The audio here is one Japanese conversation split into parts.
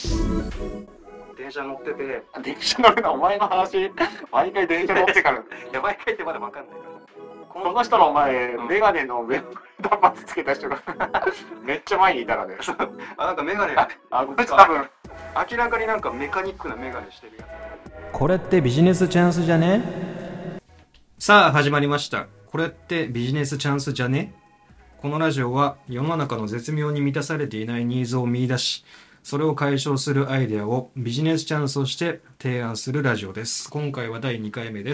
電車乗ってて、 電車乗るのお前の話、毎回電車乗ってから。 いや、毎回ってまだ分かんないから。 この人の前、メガネのメ断髪つけた人がめっちゃ前にいたらね。 あ、なんかメガネ、 あ、こいつ多分明らかになんかメカニックなメガネしてるやつ。 これってビジネスチャンスじゃね？さあ始まりました。これってビジネスチャンスじゃね？このラジオは世の中の絶妙に満たされていないニーズを見出し、それを解消するアイデアをビジネスチャンスとして提案するラジオです。今回は第2回目です。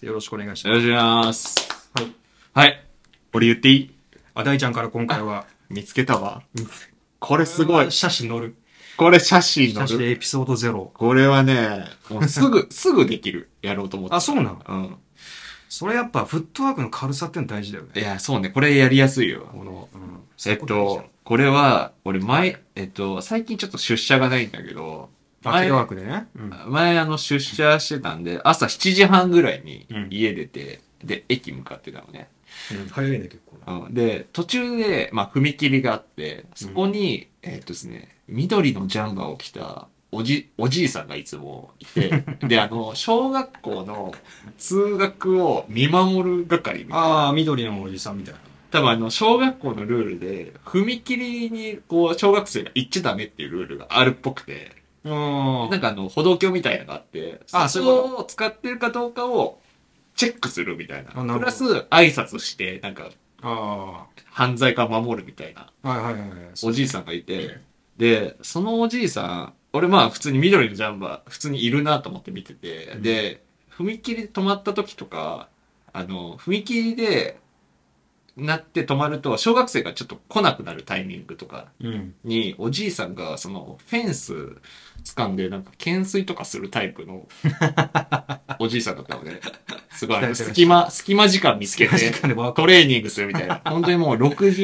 よろしくお願いします。 よろしくお願いします。 はい。 はい。俺言っていい？ 大ちゃんから今回は見つけたわ。これすごい。 写真載る。 これ写真載る。 写真エピソード0。 これはね、もうすぐできる。やろうと思って。 あ、そうなの？ うん。 それやっぱフットワークの軽さっての大事だよね。 いや、そうね。これやりやすいよ。 この、 これは、俺最近ちょっと出社がないんだけど、 テレワークでね。 前出社してたんで、朝7時半ぐらいに家出て、で、駅向かってたのね。 早いね、結構。 で、途中で、踏切があって、そこに、ですね、緑のジャンバーを着たおじいさんがいつもいて、で、小学校の通学を見守る係みたいな。 ああ、緑のおじさんみたいな。 多分小学校のルールで、踏切に小学生が行っちゃダメっていうルールがあるっぽくて、なんか歩道橋みたいなのがあって、そこを使ってるかどうかをチェックするみたいな。プラス挨拶して、なんか、犯罪から守るみたいな、おじいさんがいて、で、そのおじいさん、俺普通に緑のジャンバー、普通にいるなと思って見てて、で、踏切で止まった時とか、踏切で、なって止まると、小学生がちょっと来なくなるタイミングとかに、おじいさんがそのフェンス掴んでなんか懸垂とかするタイプのおじいさんだったので、すごい隙間時間見つけてトレーニングするみたいな、本当にもう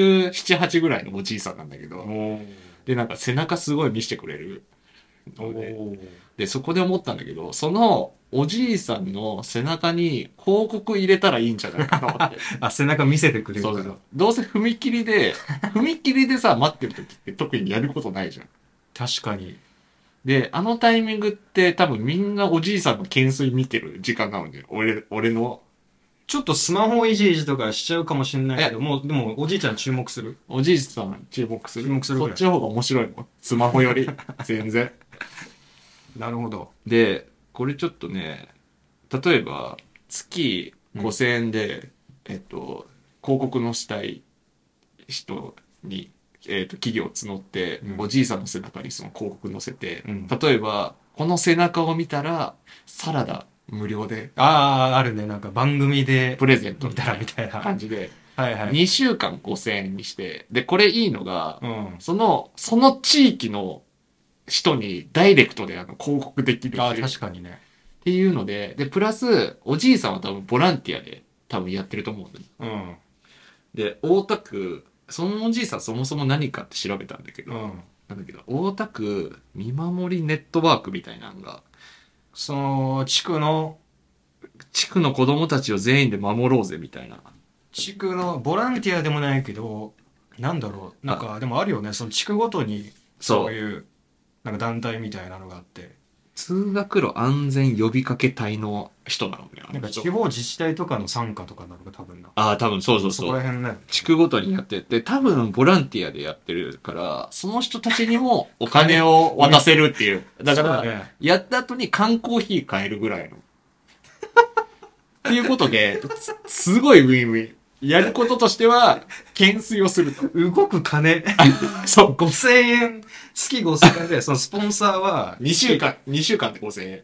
67、8ぐらいのおじいさんなんだけど、でなんか背中すごい見せてくれるので、そこで思ったんだけど、そのおじいさんの背中に広告入れたらいいんじゃないかなって。 あ、背中見せてくれるから。 そう。どうせ踏切でさ、待ってる時って特にやることないじゃん。 確かに。 で、あのタイミングって多分みんなおじいさんの懸垂見てる時間なので、俺の。 ちょっとスマホいじとかしちゃうかもしれないけど、でもおじいちゃん注目する？ おじいさん注目する。そっちの方が面白いもん。スマホより。全然。 なるほど。 で、これちょっとね、例えば、月5000円で、広告のしたい人に、企業を募って、おじいさんの背中にその広告載せて、例えば、この背中を見たら、サラダ無料で。 あるね。なんか番組で。 プレゼントみたいな感じで。 はい。 2週間5000円にして、で、これいいのが、その地域の人にダイレクトで広告できる。 確かにね。 っていうので、プラス、おじいさんは多分ボランティアで多分やってると思うんだよ。で、大田区、そのおじいさんそもそも何かって調べたんだけど、大田区見守りネットワークみたいなのが、 その、地区の子供たちを全員で守ろうぜみたいな。 地区のボランティアでもないけど、なんだろう。なんか、でもあるよね。その地区ごとに、そういう、なんか団体みたいなのがあって。 通学路安全呼びかけ隊の人なのね。 なんか地方自治体とかの傘下とかなのが多分な。 多分そう。 そこら辺ね。 地区ごとにやってて、多分ボランティアでやってるから、その人たちにもお金を渡せるっていう。だから、やった後に缶コーヒー買えるぐらいの。っていうことで、すごいウィンウィン。やることとしては、懸垂をすると。 動く金。 そう。 5000円、月5000円で、そのスポンサーは、 2週間で5000円。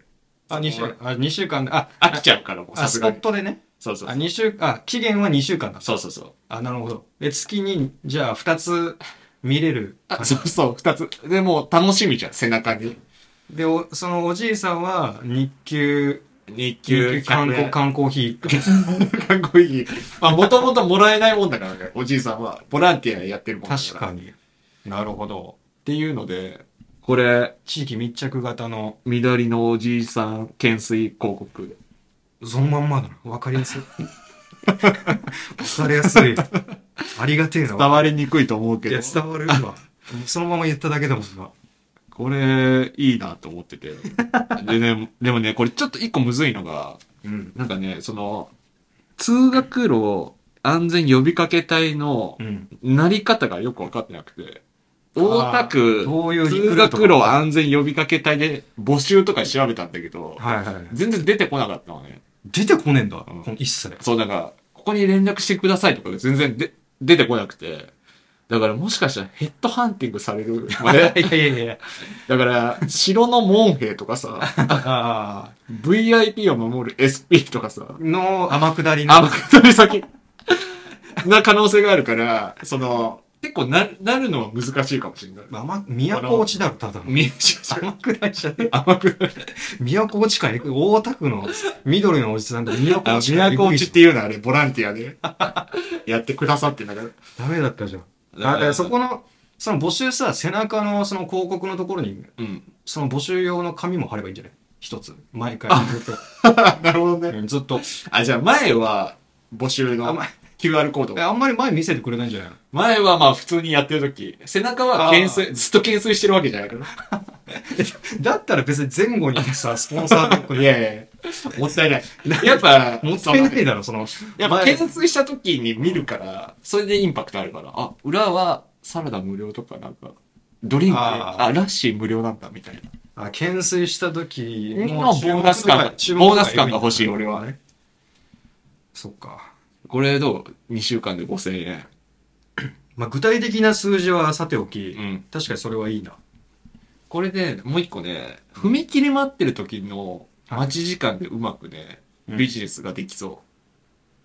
2週間で、 飽きちゃうからもうスポットでね。 そう。 期限は2週間だ。 そう。 なるほど。月に、じゃあ2つ見れる。 そう、2つ。でも楽しみじゃん、背中に。 で、そのおじいさんは、日給缶コーヒー。 缶コーヒー。もともともらえないもんだからね、おじいさんは。ボランティアやってるもんだから。 確かに。なるほど。 っていうので、これ、 地域密着型の緑のおじいさん懸垂広告。 そのまんまだな。わかりやすい。わかりやすい。ありがてえな。 伝わりにくいと思うけど。 いや、伝わるわ。そのまま言っただけだもんな。 これ、いいなと思ってて。でね、でもね、これちょっと一個むずいのが、なんかね、通学路安全呼びかけ隊のなり方がよくわかってなくて、大田区通学路安全呼びかけ隊で募集とか調べたんだけど、全然出てこなかったのね。 出てこねえんだ、一切。 そう、だから、ここに連絡してくださいとか全然出てこなくて、だからもしかしたらヘッドハンティングされるまで。 いや。 だから、城の門兵とかさ、VIP を守る SP とかさ、 の天下り先な可能性があるから、結構なるのは難しいかもしれない。 都落ちだろ、ただの。天下りじゃねえ。都落ちか行く。大田区の緑のおじさんで都落ち。 都落ちっていうのはあれ、ボランティアでやってくださってんだから。 ダメだったじゃん。そこの、その募集さ、背中のその広告のところに、その募集用の紙も貼ればいいんじゃない一つ。毎回ずっと。 なるほどね。 ずっと。 じゃあ前は募集のQR コード。 あんまり前見せてくれないんじゃないの？ 前はまあ普通にやってる時、背中はずっと懸垂してるわけじゃないから。 だったら別に前後にさ、スポンサーとか。 いやいやもったいない。やっぱ、 もったいないだろ、 やっぱ懸垂した時に見るから、それでインパクトあるから、裏はサラダ無料とかなんか、ドリンク、ラッシー無料なんだみたいな。 懸垂した時のボーナス感が欲しい、俺は。 そっか。 これどう ?2 週間で5000円。 まあ具体的な数字はさておき、確かにそれはいいな。 これで、もう一個ね、踏切待ってる時の待ち時間でうまくね、ビジネスができそう。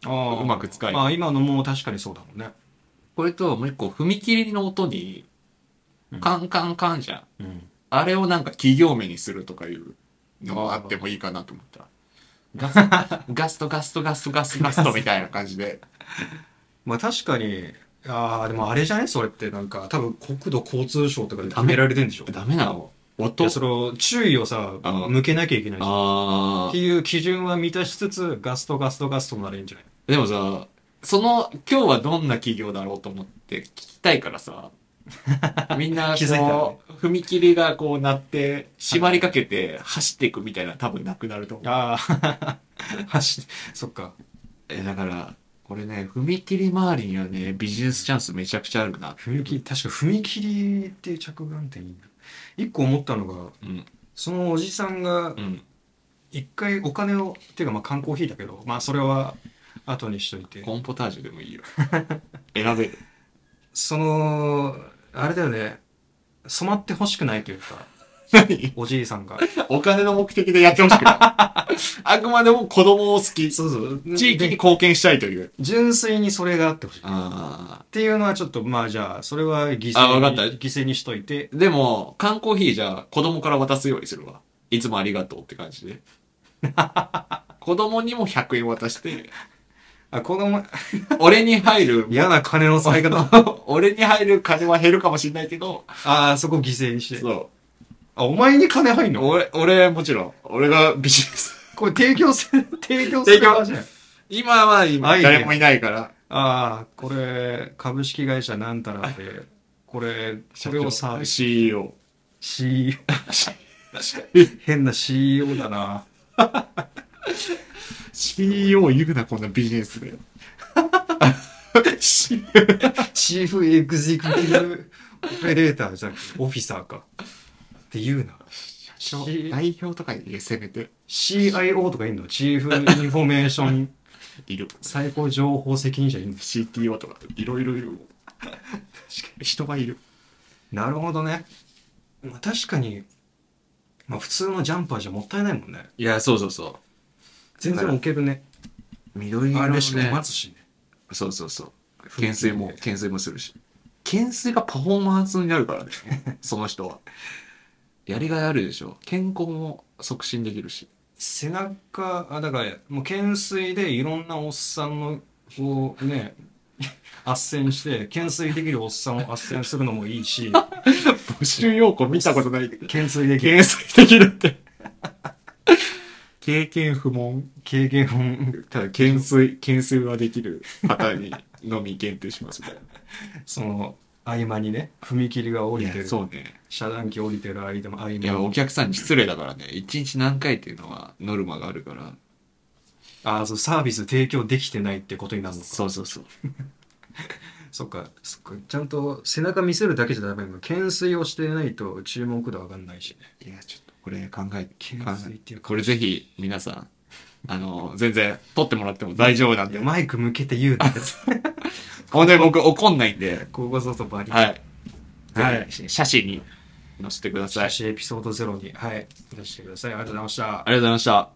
うまく使い。 まあ今のも確かにそうだもんね。 これともう一個、踏切の音に、カンカンカンじゃん。あれをなんか企業名にするとかいうのがあってもいいかなと思った。ガストみたいな感じで。 まあ確かに、でもあれじゃねそれってなんか、多分国土交通省とかで決められてんでしょ？ ダメなの？ それを注意をさ、向けなきゃいけないじゃん。っていう基準は満たしつつ、ガストならいいんじゃない？ でもさ、今日はどんな企業だろうと思って聞きたいからさ、みんな踏切がこう鳴って、縛りかけて走っていくみたいな多分なくなると思う。 そっか。 だから、これね、踏切周りにはね、ビジネスチャンスめちゃくちゃあるな。 確か踏切っていう着眼点いいな。一個思ったのが、そのおじさんが、一回お金を、っていうかまあ缶コーヒーだけど、まあそれは後にしといて。 コーンポタージュでもいいよ。選べる。 あれだよね、染まってほしくないというか、 何？ おじいさんが。 お金の目的でやってほしくない。あくまでも子供を好き。地域に貢献したいという。 純粋にそれがあってほしい。っていうのはちょっと、まあじゃあ、それは犠牲にしといて。 でも、缶コーヒーじゃあ子供から渡すようにするわ。いつもありがとうって感じで。子供にも100円渡して、俺に入る。 嫌な金の使い方。 俺に入る金は減るかもしれないけど。 そこ犠牲にして。 そう。 お前に金入んの？ 俺もちろん。俺がビジネス。 これ提供する側じゃん。 今は誰もいないから。 これ、株式会社なんたらで、これをさ、 CEO。 変な CEO だな。 CEO 言うな、こんなビジネスで。 チーフエグゼクティブオペレーターじゃなくて、オフィサーか。って言うな。 代表とかにせめて。 CIO とかいんの？チーフインフォメーション。 いる。 最高情報責任者いるの？ CTO とか、いろいろいる。人がいる。 なるほどね。確かに、まあ普通のジャンパーじゃもったいないもんね。 いや、そうそうそう。 全然置けるね。 緑色のね。 あれしか待つしね。 そう。懸垂もするし。懸垂がパフォーマンスになるからね。その人は。やりがいあるでしょ。健康も促進できるし。 背中、だから、もう懸垂でいろんなおっさんの、こうね、斡旋して、懸垂できるおっさんを斡旋するのもいいし。 募集要項見たことないけど。 懸垂できる。 懸垂できるって。経験不問。ただ、懸垂はできる方にのみ限定しますね。 合間にね、踏切が降りていやる。 そうね。 遮断機降りてる間も合間に。 いや、お客さんに失礼だからね。1日何回っていうのはノルマがあるから。 ああ、そう、サービス提供できてないってことになるのか。 そうそうそう。 そっか、そっか。ちゃんと背中見せるだけじゃダメなの。懸垂をしてないと注目度上がんないしね。 いや、ちょっとこれ考えて、 懸垂っていうかこれぜひ皆さん、全然撮ってもらっても大丈夫なんで。 マイク向けて言うなやつ。 本当に僕怒んないんで。 ここぞとバリ。 はい。 はい。 写真に載せてください。 写真エピソード0に、はい。出してください。ありがとうございました。 ありがとうございました。